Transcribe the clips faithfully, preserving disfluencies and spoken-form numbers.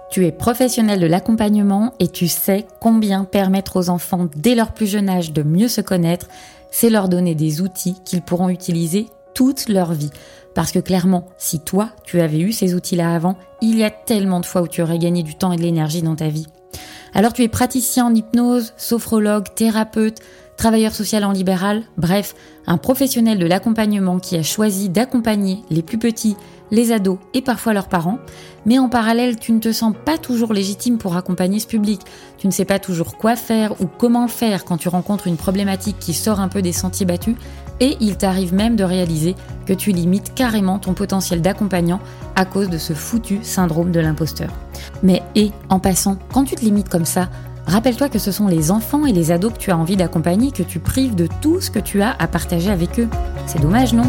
Tu es professionnel de l'accompagnement et tu sais combien permettre aux enfants dès leur plus jeune âge de mieux se connaître, c'est leur donner des outils qu'ils pourront utiliser toute leur vie. Parce que clairement, si toi, tu avais eu ces outils-là avant, il y a tellement de fois où tu aurais gagné du temps et de l'énergie dans ta vie. Alors tu es praticien en hypnose, sophrologue, thérapeute, travailleur social en libéral, bref, un professionnel de l'accompagnement qui a choisi d'accompagner les plus petits, les ados et parfois leurs parents, mais en parallèle, tu ne te sens pas toujours légitime pour accompagner ce public. Tu ne sais pas toujours quoi faire ou comment le faire quand tu rencontres une problématique qui sort un peu des sentiers battus et il t'arrive même de réaliser que tu limites carrément ton potentiel d'accompagnant à cause de ce foutu syndrome de l'imposteur. Mais et, en passant, quand tu te limites comme ça, rappelle-toi que ce sont les enfants et les ados que tu as envie d'accompagner que tu prives de tout ce que tu as à partager avec eux. C'est dommage, non ?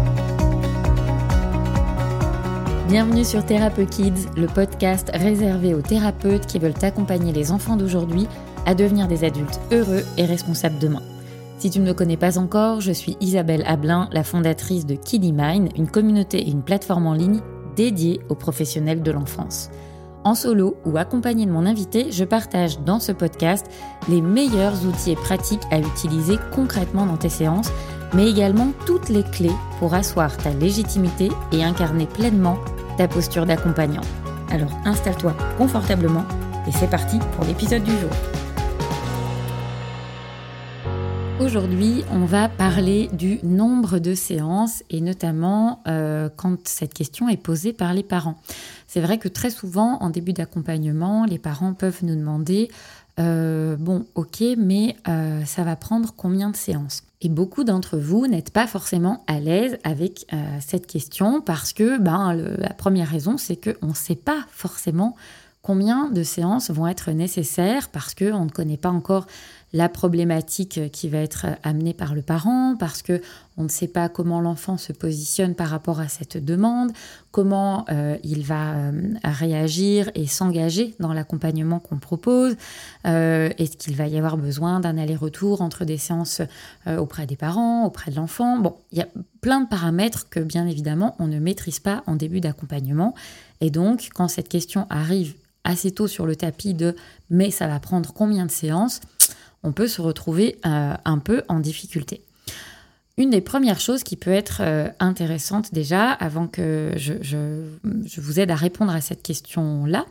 Bienvenue sur Thérapeute Kids, le podcast réservé aux thérapeutes qui veulent accompagner les enfants d'aujourd'hui à devenir des adultes heureux et responsables demain. Si tu ne me connais pas encore, je suis Isabelle Ablin, la fondatrice de Kiddy Mind, une communauté et une plateforme en ligne dédiée aux professionnels de l'enfance. En solo ou accompagnée de mon invité, je partage dans ce podcast les meilleurs outils et pratiques à utiliser concrètement dans tes séances, mais également toutes les clés pour asseoir ta légitimité et incarner pleinement ta posture d'accompagnant. Alors installe-toi confortablement et c'est parti pour l'épisode du jour. Aujourd'hui, on va parler du nombre de séances et notamment euh, quand cette question est posée par les parents. C'est vrai que très souvent, en début d'accompagnement, les parents peuvent nous demander euh, « bon, ok, mais euh, ça va prendre combien de séances ?» Et beaucoup d'entre vous n'êtes pas forcément à l'aise avec euh, cette question parce que ben, le, la première raison, c'est qu'on ne sait pas forcément combien de séances vont être nécessaires parce qu'on ne connaît pas encore la problématique qui va être amenée par le parent, parce qu'on ne sait pas comment l'enfant se positionne par rapport à cette demande, comment euh, il va euh, réagir et s'engager dans l'accompagnement qu'on propose, euh, est-ce qu'il va y avoir besoin d'un aller-retour entre des séances euh, auprès des parents, auprès de l'enfant. Bon, il y a plein de paramètres que bien évidemment on ne maîtrise pas en début d'accompagnement. Et donc, quand cette question arrive assez tôt sur le tapis de « mais ça va prendre combien de séances ?» on peut se retrouver euh, un peu en difficulté. Une des premières choses qui peut être euh, intéressante déjà, avant que je, je, je vous aide à répondre à cette question-là,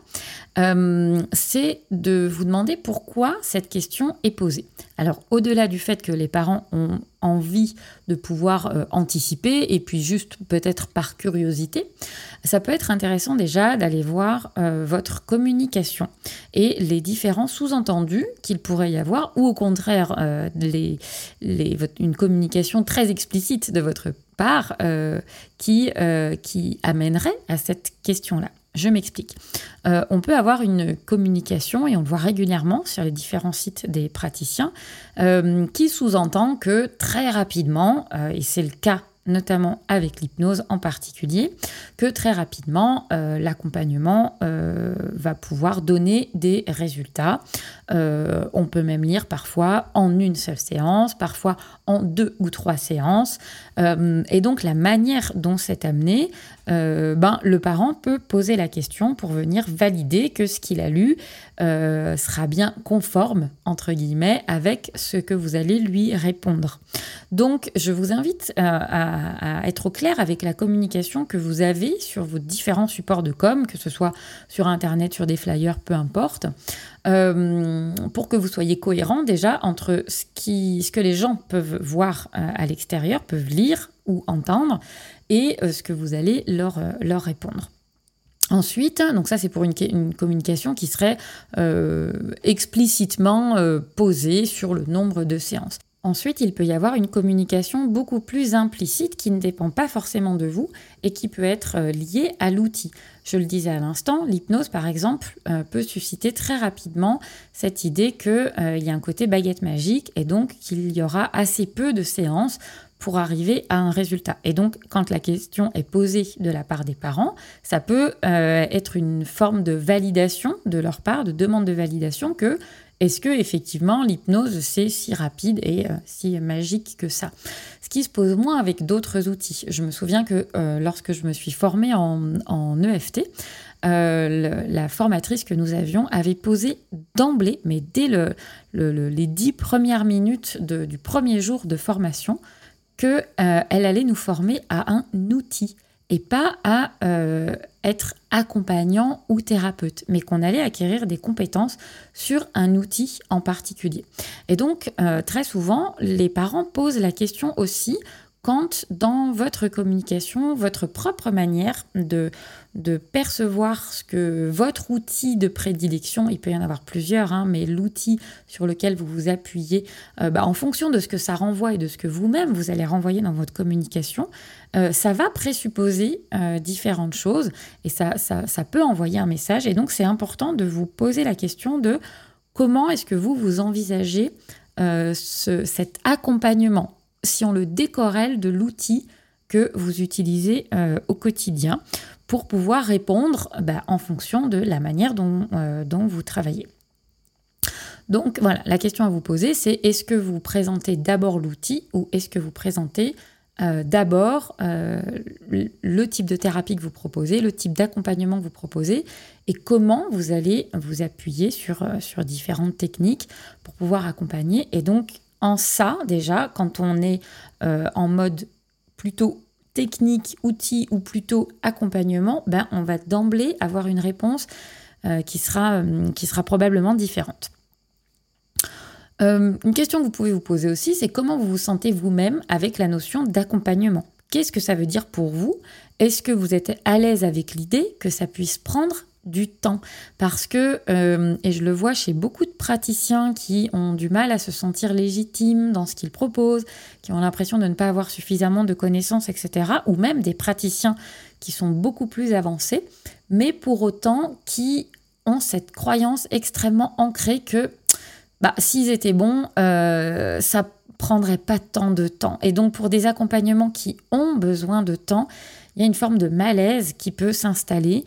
euh, c'est de vous demander pourquoi cette question est posée. Alors, au-delà du fait que les parents ont envie de pouvoir euh, anticiper, et puis juste peut-être par curiosité, ça peut être intéressant déjà d'aller voir euh, votre communication et les différents sous-entendus qu'il pourrait y avoir, ou au contraire, euh, les, les, une communication très explicite de votre part euh, qui, euh, qui amènerait à cette question-là. Je m'explique. Euh, on peut avoir une communication, et on le voit régulièrement sur les différents sites des praticiens, euh, qui sous-entend que très rapidement, euh, et c'est le cas notamment avec l'hypnose en particulier, que très rapidement, euh, l'accompagnement euh, va pouvoir donner des résultats. Euh, on peut même lire parfois en une seule séance, parfois en deux ou trois séances. Euh, et donc, la manière dont c'est amené, euh, ben, le parent peut poser la question pour venir valider que ce qu'il a lu euh, sera bien conforme, entre guillemets, avec ce que vous allez lui répondre. Donc, je vous invite euh, à à être au clair avec la communication que vous avez sur vos différents supports de com, que ce soit sur Internet, sur des flyers, peu importe, euh, pour que vous soyez cohérent déjà entre ce, qui, ce que les gens peuvent voir euh, à l'extérieur, peuvent lire ou entendre, et euh, ce que vous allez leur, euh, leur répondre. Ensuite, donc ça c'est pour une, une communication qui serait euh, explicitement euh, posée sur le nombre de séances. Ensuite, il peut y avoir une communication beaucoup plus implicite qui ne dépend pas forcément de vous et qui peut être liée à l'outil. Je le disais à l'instant, l'hypnose, par exemple, euh, peut susciter très rapidement cette idée qu'il euh, y a un côté baguette magique et donc qu'il y aura assez peu de séances pour arriver à un résultat. Et donc, quand la question est posée de la part des parents, ça peut euh, être une forme de validation de leur part, de demande de validation que est-ce que effectivement l'hypnose c'est si rapide et euh, si magique que ça. Ce qui se pose moins avec d'autres outils. Je me souviens que euh, lorsque je me suis formée en, en E F T, euh, le, la formatrice que nous avions avait posé d'emblée, mais dès le, le, le, les dix premières minutes de, du premier jour de formation, qu'elle euh, allait nous former à un outil et pas à euh, être accompagnant ou thérapeute, mais qu'on allait acquérir des compétences sur un outil en particulier. Et donc, euh, très souvent, les parents posent la question aussi quand, dans votre communication, votre propre manière de, de percevoir ce que votre outil de prédilection, il peut y en avoir plusieurs, hein, mais l'outil sur lequel vous vous appuyez, euh, bah, en fonction de ce que ça renvoie et de ce que vous-même vous allez renvoyer dans votre communication, euh, ça va présupposer euh, différentes choses et ça, ça, ça peut envoyer un message. Et donc, c'est important de vous poser la question de comment est-ce que vous, vous envisagez euh, ce, cet accompagnement si on le décorrèle de l'outil que vous utilisez euh, au quotidien pour pouvoir répondre bah, en fonction de la manière dont, euh, dont vous travaillez. Donc voilà, la question à vous poser, c'est est-ce que vous présentez d'abord l'outil ou est-ce que vous présentez euh, d'abord euh, le type de thérapie que vous proposez, le type d'accompagnement que vous proposez et comment vous allez vous appuyer sur, sur différentes techniques pour pouvoir accompagner. Et donc, en ça, déjà, quand on est euh, en mode plutôt technique, outil ou plutôt accompagnement, ben, on va d'emblée avoir une réponse euh, qui sera, euh, qui sera probablement différente. Euh, une question que vous pouvez vous poser aussi, c'est comment vous vous sentez vous-même avec la notion d'accompagnement. Qu'est-ce que ça veut dire pour vous ? Est-ce que vous êtes à l'aise avec l'idée que ça puisse prendre du temps ? Parce que, euh, et je le vois chez beaucoup de praticiens qui ont du mal à se sentir légitimes dans ce qu'ils proposent, qui ont l'impression de ne pas avoir suffisamment de connaissances, et cetera, ou même des praticiens qui sont beaucoup plus avancés, mais pour autant qui ont cette croyance extrêmement ancrée que bah, s'ils étaient bons, euh, ça prendrait pas tant de temps. Et donc, pour des accompagnements qui ont besoin de temps, il y a une forme de malaise qui peut s'installer.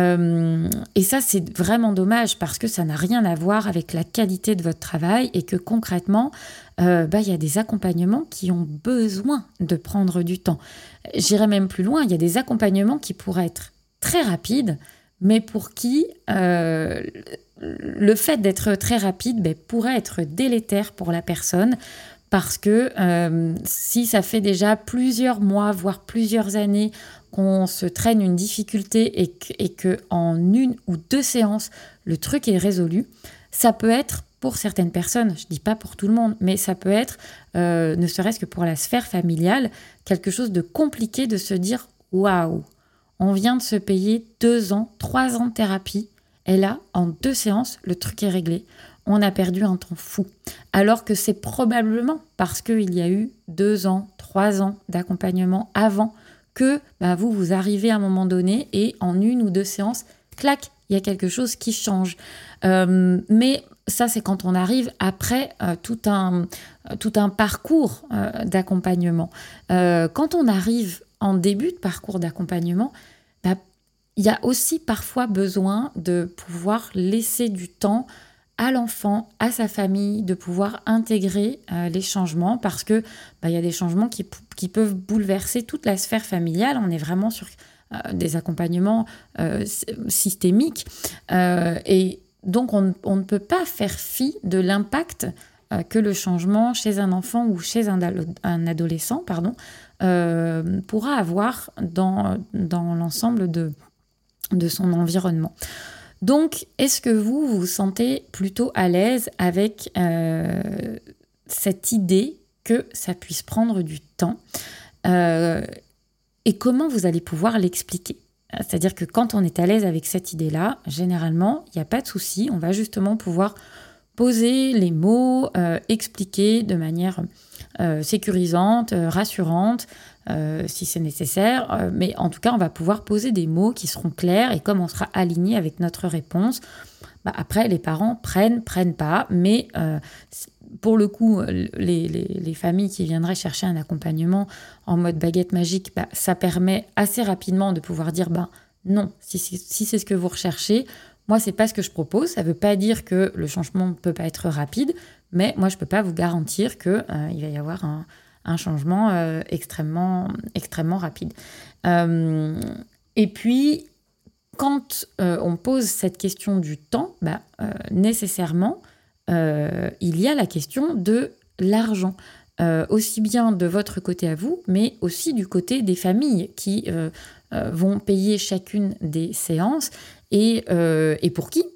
Euh, et ça, c'est vraiment dommage parce que ça n'a rien à voir avec la qualité de votre travail et que concrètement, euh, bah, il y a des accompagnements qui ont besoin de prendre du temps. J'irai même plus loin, il y a des accompagnements qui pourraient être très rapides, mais pour qui euh, le fait d'être très rapide bah, pourrait être délétère pour la personne. Parce que euh, si ça fait déjà plusieurs mois, voire plusieurs années qu'on se traîne une difficulté et qu'en une ou deux séances, le truc est résolu, ça peut être pour certaines personnes, je ne dis pas pour tout le monde, mais ça peut être, euh, ne serait-ce que pour la sphère familiale, quelque chose de compliqué de se dire « Waouh, on vient de se payer deux ans, trois ans de thérapie, et là, en deux séances, le truc est réglé. » On a perdu un temps fou. Alors que c'est probablement parce qu'il y a eu deux ans, trois ans d'accompagnement avant que bah, vous, vous arrivez à un moment donné et en une ou deux séances, clac, il y a quelque chose qui change. Euh, mais ça, c'est quand on arrive après euh, tout, un, tout un parcours euh, d'accompagnement. Euh, quand on arrive en début de parcours d'accompagnement, bah, il y a aussi parfois besoin de pouvoir laisser du temps à l'enfant, à sa famille, de pouvoir intégrer euh, les changements parce que bah, y a des changements qui, qui peuvent bouleverser toute la sphère familiale. On est vraiment sur euh, des accompagnements euh, systémiques euh, et donc on, on ne peut pas faire fi de l'impact euh, que le changement chez un enfant ou chez un, un adolescent pardon, euh, pourra avoir dans, dans l'ensemble de, de son environnement. Donc, est-ce que vous, vous vous sentez plutôt à l'aise avec euh, cette idée que ça puisse prendre du temps euh, et comment vous allez pouvoir l'expliquer ? C'est-à-dire que quand on est à l'aise avec cette idée-là, généralement, il n'y a pas de souci, on va justement pouvoir poser les mots, euh, expliquer de manière euh, sécurisante, euh, rassurante, Euh, si c'est nécessaire, euh, mais en tout cas, on va pouvoir poser des mots qui seront clairs et comme on sera aligné avec notre réponse, bah après, les parents prennent, prennent pas, mais euh, pour le coup, les, les, les familles qui viendraient chercher un accompagnement en mode baguette magique, bah, ça permet assez rapidement de pouvoir dire bah, non, si, si, si c'est ce que vous recherchez, moi, c'est pas ce que je propose. Ça veut pas dire que le changement ne peut pas être rapide, mais moi, je peux pas vous garantir qu'il euh, va y avoir un, un changement euh, extrêmement, extrêmement rapide. Euh, et puis, quand euh, on pose cette question du temps, bah, euh, nécessairement, euh, il y a la question de l'argent. Euh, aussi bien de votre côté à vous, mais aussi du côté des familles qui euh, euh, vont payer chacune des séances et, euh, et pour qui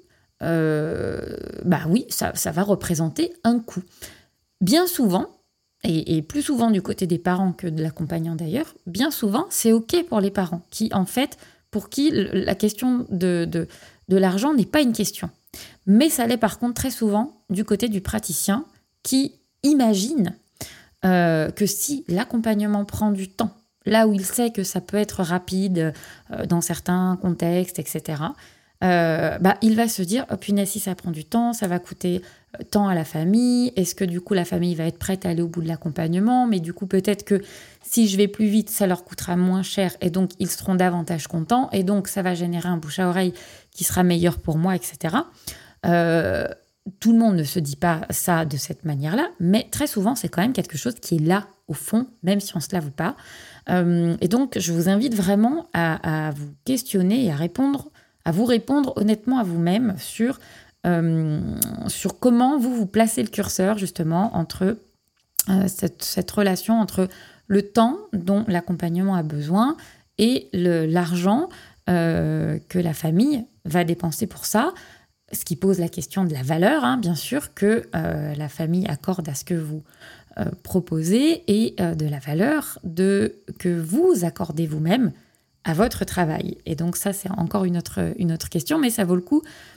euh, bah oui, ça, ça va représenter un coût. Bien souvent, et, et plus souvent du côté des parents que de l'accompagnant d'ailleurs, bien souvent, c'est OK pour les parents qui, en fait, pour qui la question de, de, de l'argent n'est pas une question. Mais ça l'est par contre très souvent du côté du praticien qui imagine Euh, que si l'accompagnement prend du temps, là où il sait que ça peut être rapide euh, dans certains contextes, et cetera, euh, bah, il va se dire, oh punaise, si ça prend du temps, ça va coûter euh, tant à la famille, est-ce que du coup la famille va être prête à aller au bout de l'accompagnement, mais du coup peut-être que si je vais plus vite, ça leur coûtera moins cher, et donc ils seront davantage contents, et donc ça va générer un bouche à oreille qui sera meilleur pour moi, et cetera. Euh, Tout le monde ne se dit pas ça de cette manière-là, mais très souvent, c'est quand même quelque chose qui est là, au fond, même si on ne se l'avoue pas. Euh, et donc, je vous invite vraiment à, à vous questionner et à, répondre, à vous répondre honnêtement à vous-même sur, euh, sur comment vous vous placez le curseur, justement, entre euh, cette, cette relation entre le temps dont l'accompagnement a besoin et le, l'argent euh, que la famille va dépenser pour ça. Ce qui pose la question de la valeur, hein, bien sûr, que euh, la famille accorde à ce que vous euh, proposez et euh, de la valeur de, que vous accordez vous-même à votre travail. Et donc ça, c'est encore une autre, une autre question, mais ça vaut le coup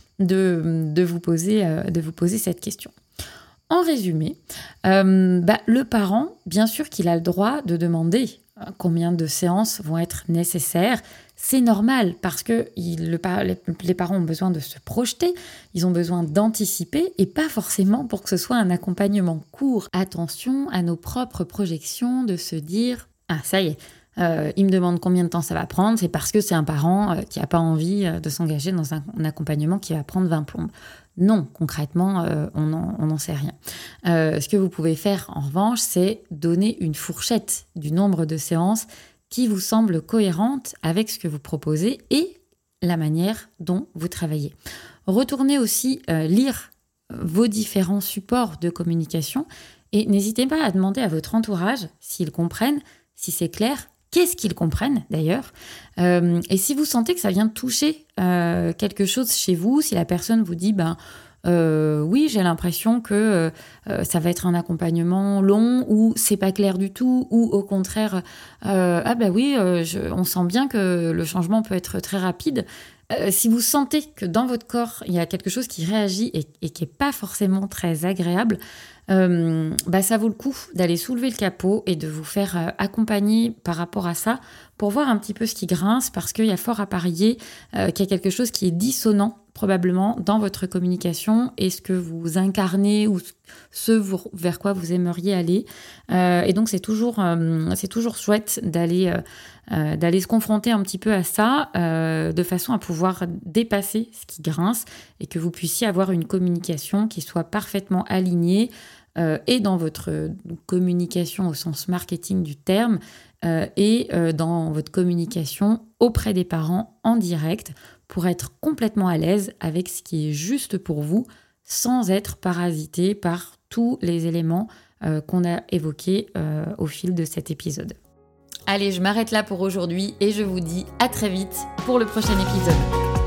de, de, vous, poser, euh, de vous poser cette question. En résumé, euh, bah, le parent, bien sûr qu'il a le droit de demander combien de séances vont être nécessaires. C'est normal parce que il, le, les parents ont besoin de se projeter, ils ont besoin d'anticiper et pas forcément pour que ce soit un accompagnement court. Attention à nos propres projections, de se dire « Ah, ça y est, euh, il me demande combien de temps ça va prendre, c'est parce que c'est un parent euh, qui n'a pas envie euh, de s'engager dans un, un accompagnement qui va prendre vingt plombes. » Non, concrètement, euh, on n'en sait rien. Euh, ce que vous pouvez faire, en revanche, c'est donner une fourchette du nombre de séances qui vous semble cohérente avec ce que vous proposez et la manière dont vous travaillez. Retournez aussi euh, lire vos différents supports de communication et n'hésitez pas à demander à votre entourage s'ils comprennent, si c'est clair, qu'est-ce qu'ils comprennent d'ailleurs. Euh, et si vous sentez que ça vient toucher euh, quelque chose chez vous, si la personne vous dit ben, euh, oui, j'ai l'impression que euh, ça va être un accompagnement long ou c'est pas clair du tout, ou au contraire, euh, ah ben oui, euh, je, on sent bien que le changement peut être très rapide. Euh, si vous sentez que dans votre corps, il y a quelque chose qui réagit et, et qui n'est pas forcément très agréable, euh, bah ça vaut le coup d'aller soulever le capot et de vous faire euh, accompagner par rapport à ça pour voir un petit peu ce qui grince, parce qu'il y a fort à parier euh, qu'il y a quelque chose qui est dissonant probablement dans votre communication et ce que vous incarnez ou ce vers quoi vous aimeriez aller. Euh, et donc, c'est toujours, euh, c'est toujours chouette d'aller, euh, euh, d'aller se confronter un petit peu à ça euh, de façon à pouvoir dépasser ce qui grince et que vous puissiez avoir une communication qui soit parfaitement alignée euh, et dans votre communication au sens marketing du terme euh, et euh, dans votre communication auprès des parents en direct pour être complètement à l'aise avec ce qui est juste pour vous sans être parasité par tous les éléments euh, qu'on a évoqués euh, au fil de cet épisode. Allez, je m'arrête là pour aujourd'hui et je vous dis à très vite pour le prochain épisode.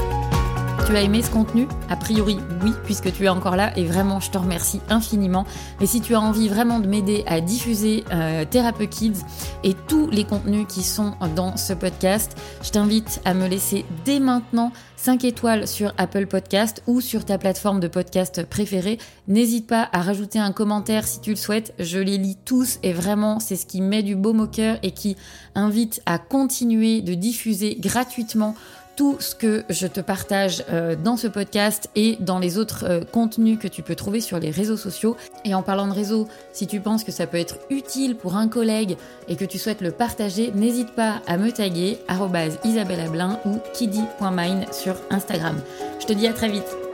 Tu as aimé ce contenu ? A priori, oui, puisque tu es encore là et vraiment, je te remercie infiniment. Mais si tu as envie vraiment de m'aider à diffuser euh, Thérapeute Kids et tous les contenus qui sont dans ce podcast, je t'invite à me laisser dès maintenant cinq étoiles sur Apple Podcast ou sur ta plateforme de podcast préférée. N'hésite pas à rajouter un commentaire si tu le souhaites. Je les lis tous et vraiment, c'est ce qui met du baume au cœur et qui invite à continuer de diffuser gratuitement tout ce que je te partage euh, dans ce podcast et dans les autres euh, contenus que tu peux trouver sur les réseaux sociaux. Et en parlant de réseaux, si tu penses que ça peut être utile pour un collègue et que tu souhaites le partager, n'hésite pas à me taguer arobase isabelle ablin ou kiddy point mind sur Instagram. Je te dis à très vite.